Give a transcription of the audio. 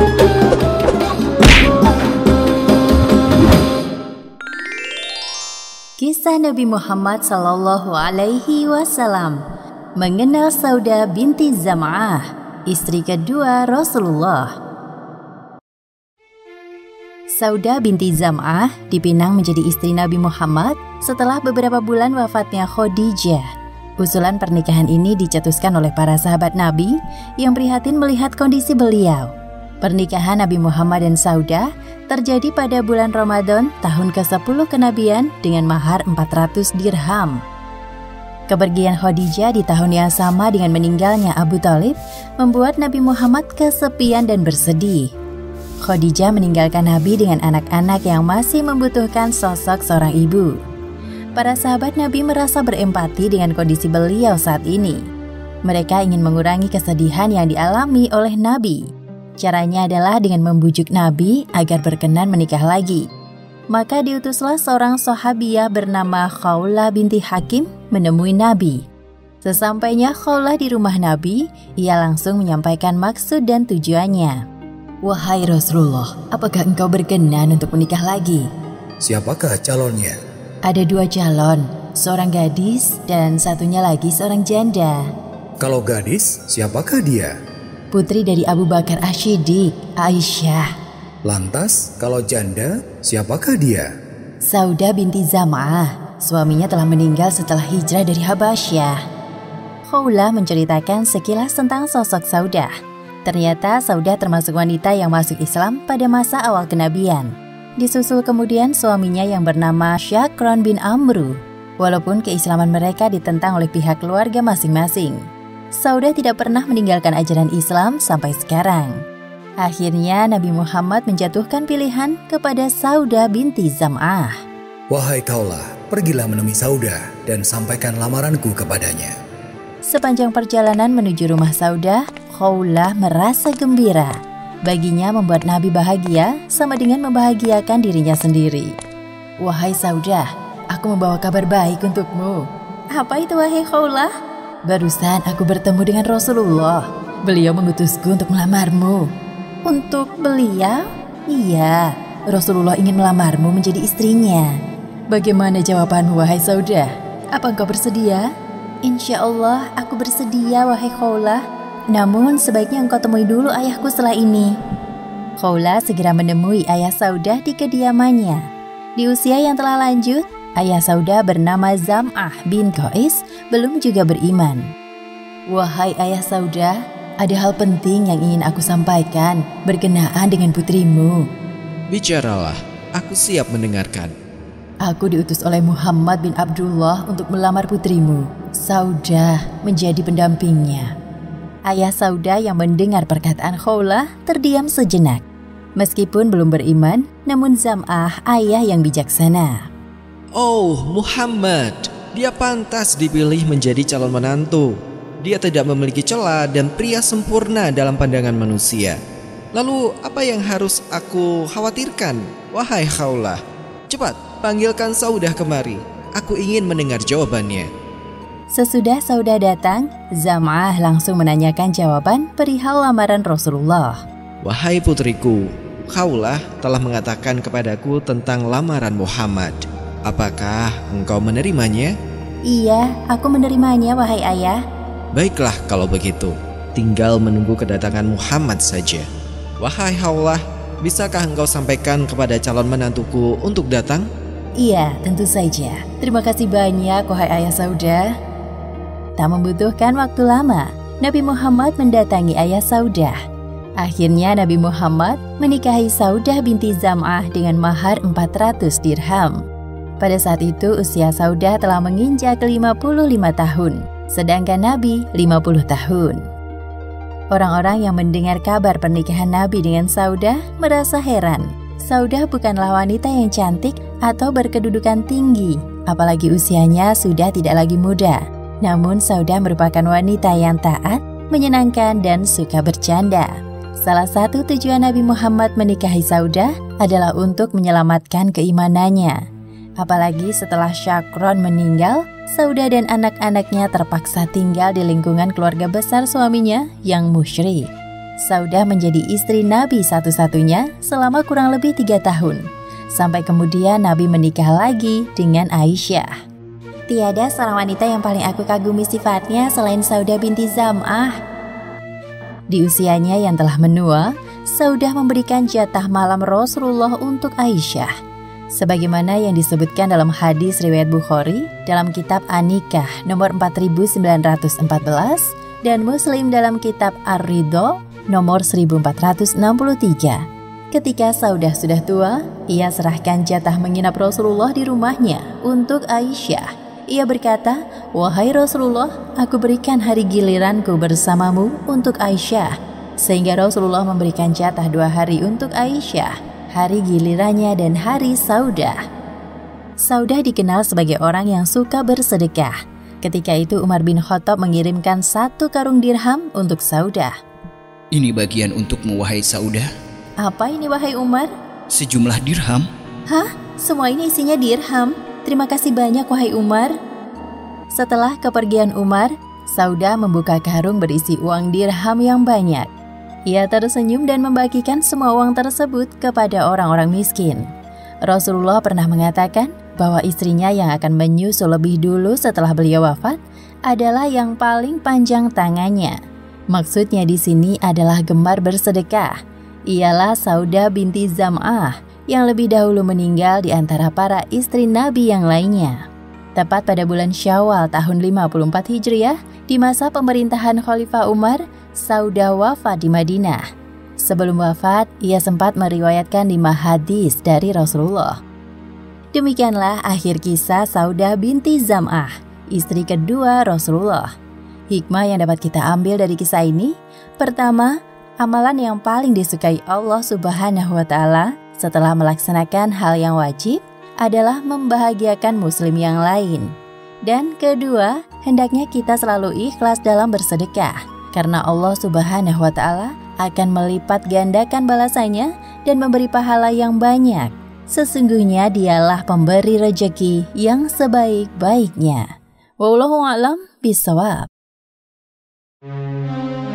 Kisah Nabi Muhammad Sallallahu Alaihi Wasallam mengenal Saudah binti Zam'ah, istri kedua Rasulullah. Saudah binti Zam'ah dipinang menjadi istri Nabi Muhammad setelah beberapa bulan wafatnya Khadijah. Usulan pernikahan ini dicetuskan oleh para sahabat Nabi yang prihatin melihat kondisi beliau. Pernikahan Nabi Muhammad dan Saudah terjadi pada bulan Ramadan tahun ke-10 kenabian dengan mahar 400 dirham. Kepergian Khadijah di tahun yang sama dengan meninggalnya Abu Thalib membuat Nabi Muhammad kesepian dan bersedih. Khadijah meninggalkan Nabi dengan anak-anak yang masih membutuhkan sosok seorang ibu. Para sahabat Nabi merasa berempati dengan kondisi beliau saat ini. Mereka ingin mengurangi kesedihan yang dialami oleh Nabi. Caranya adalah dengan membujuk Nabi agar berkenan menikah lagi. Maka diutuslah seorang sahabiah bernama Khawlah binti Hakim menemui Nabi. Sesampainya Khawlah di rumah Nabi, ia langsung menyampaikan maksud dan tujuannya. "Wahai Rasulullah, apakah engkau berkenan untuk menikah lagi?" "Siapakah calonnya?" "Ada 2 calon, seorang gadis dan satunya lagi seorang janda." "Kalau gadis, siapakah dia?" "Putri dari Abu Bakar Asy-Siddiq, Aisyah." "Lantas, kalau janda, siapakah dia?" "Saudah binti Zam'ah, suaminya telah meninggal setelah hijrah dari Habasyah." Khawlah menceritakan sekilas tentang sosok Saudah. Ternyata Saudah termasuk wanita yang masuk Islam pada masa awal kenabian. Disusul kemudian suaminya yang bernama Syakron bin Amru. Walaupun keislaman mereka ditentang oleh pihak keluarga masing-masing, Saudah tidak pernah meninggalkan ajaran Islam sampai sekarang. Akhirnya Nabi Muhammad menjatuhkan pilihan kepada Saudah binti Zam'ah. "Wahai Khawlah, pergilah menemui Saudah dan sampaikan lamaranku kepadanya." Sepanjang perjalanan menuju rumah Saudah, Khawlah merasa gembira. Baginya membuat Nabi bahagia sama dengan membahagiakan dirinya sendiri. "Wahai Saudah, aku membawa kabar baik untukmu." "Apa itu wahai Khawlah?" "Barusan aku bertemu dengan Rasulullah. Beliau mengutusku untuk melamarmu." "Untuk beliau?" "Iya, Rasulullah ingin melamarmu menjadi istrinya." "Bagaimana jawabanmu wahai Saudah? Apa engkau bersedia?" "Insya Allah aku bersedia wahai Khawlah. Namun sebaiknya engkau temui dulu ayahku setelah ini." Khawlah segera menemui ayah Saudah di kediamannya. Di usia yang telah lanjut, ayah Saudah bernama Zam'ah bin Qais belum juga beriman. "Wahai ayah Saudah, ada hal penting yang ingin aku sampaikan berkenaan dengan putrimu." "Bicaralah, aku siap mendengarkan." "Aku diutus oleh Muhammad bin Abdullah untuk melamar putrimu, Saudah, menjadi pendampingnya." Ayah Saudah yang mendengar perkataan Khawlah terdiam sejenak. Meskipun belum beriman, namun Zam'ah ayah yang bijaksana. "Oh Muhammad, dia pantas dipilih menjadi calon menantu. Dia tidak memiliki celah dan pria sempurna dalam pandangan manusia. Lalu apa yang harus aku khawatirkan, wahai Khawlah? Cepat, panggilkan Saudah kemari. Aku ingin mendengar jawabannya." Sesudah Saudah datang, Zam'ah langsung menanyakan jawaban perihal lamaran Rasulullah. "Wahai putriku, Khawlah telah mengatakan kepadaku tentang lamaran Muhammad. Apakah engkau menerimanya?" "Iya, aku menerimanya wahai ayah." "Baiklah kalau begitu, tinggal menunggu kedatangan Muhammad saja. Wahai Khawlah, bisakah engkau sampaikan kepada calon menantuku untuk datang?" "Iya, tentu saja. Terima kasih banyak wahai ayah Saudah." Tak membutuhkan waktu lama, Nabi Muhammad mendatangi ayah Saudah. Akhirnya Nabi Muhammad menikahi Saudah binti Zam'ah dengan mahar 400 dirham. Pada saat itu usia Saudah telah menginjak 55 tahun, sedangkan Nabi 50 tahun. Orang-orang yang mendengar kabar pernikahan Nabi dengan Saudah merasa heran. Saudah bukanlah wanita yang cantik atau berkedudukan tinggi, apalagi usianya sudah tidak lagi muda. Namun Saudah merupakan wanita yang taat, menyenangkan, dan suka bercanda. Salah satu tujuan Nabi Muhammad menikahi Saudah adalah untuk menyelamatkan keimanannya. Apalagi setelah Syakron meninggal, Saudah dan anak-anaknya terpaksa tinggal di lingkungan keluarga besar suaminya yang musyrik. Saudah menjadi istri Nabi satu-satunya selama kurang lebih 3 tahun. Sampai kemudian Nabi menikah lagi dengan Aisyah. Tiada seorang wanita yang paling aku kagumi sifatnya selain Saudah binti Zam'ah. Di usianya yang telah menua, Saudah memberikan jatah malam Rasulullah untuk Aisyah, sebagaimana yang disebutkan dalam hadis riwayat Bukhari dalam kitab An-Nikah nomor 4914 dan Muslim dalam kitab Ar-Ridho nomor 1463. Ketika Saudah sudah tua, ia serahkan jatah menginap Rasulullah di rumahnya untuk Aisyah. Ia berkata, "Wahai Rasulullah, aku berikan hari giliranku bersamamu untuk Aisyah." Sehingga Rasulullah memberikan jatah 2 hari untuk Aisyah, hari gilirannya dan hari Saudah. Saudah dikenal sebagai orang yang suka bersedekah. Ketika itu Umar bin Khattab mengirimkan 1 karung dirham untuk Saudah. Ini bagian untukmu, wahai Saudah. Apa ini, wahai Umar? Sejumlah dirham. Hah? Semua ini isinya dirham? Terima kasih banyak, wahai Umar. Setelah kepergian Umar, Saudah membuka karung berisi uang dirham yang banyak. Ia tersenyum dan membagikan semua uang tersebut kepada orang-orang miskin. Rasulullah pernah mengatakan bahwa istrinya yang akan menyusul lebih dulu setelah beliau wafat adalah yang paling panjang tangannya. Maksudnya di sini adalah gemar bersedekah. Ialah Saudah binti Zam'ah yang lebih dahulu meninggal di antara para istri Nabi yang lainnya. Tepat pada bulan Syawal tahun 54 Hijriah, di masa pemerintahan Khalifah Umar, Saudah wafat di Madinah. Sebelum wafat, ia sempat meriwayatkan 5 hadis dari Rasulullah. Demikianlah akhir kisah Saudah binti Zam'ah, istri kedua Rasulullah. Hikmah yang dapat kita ambil dari kisah ini, pertama, amalan yang paling disukai Allah Subhanahu wa Ta'ala setelah melaksanakan hal yang wajib adalah membahagiakan muslim yang lain. Dan kedua, hendaknya kita selalu ikhlas dalam bersedekah, karena Allah Subhanahu wa Ta'ala akan melipat gandakan balasannya dan memberi pahala yang banyak. Sesungguhnya dialah pemberi rejeki yang sebaik-baiknya. Wallahu a'lam bishawab.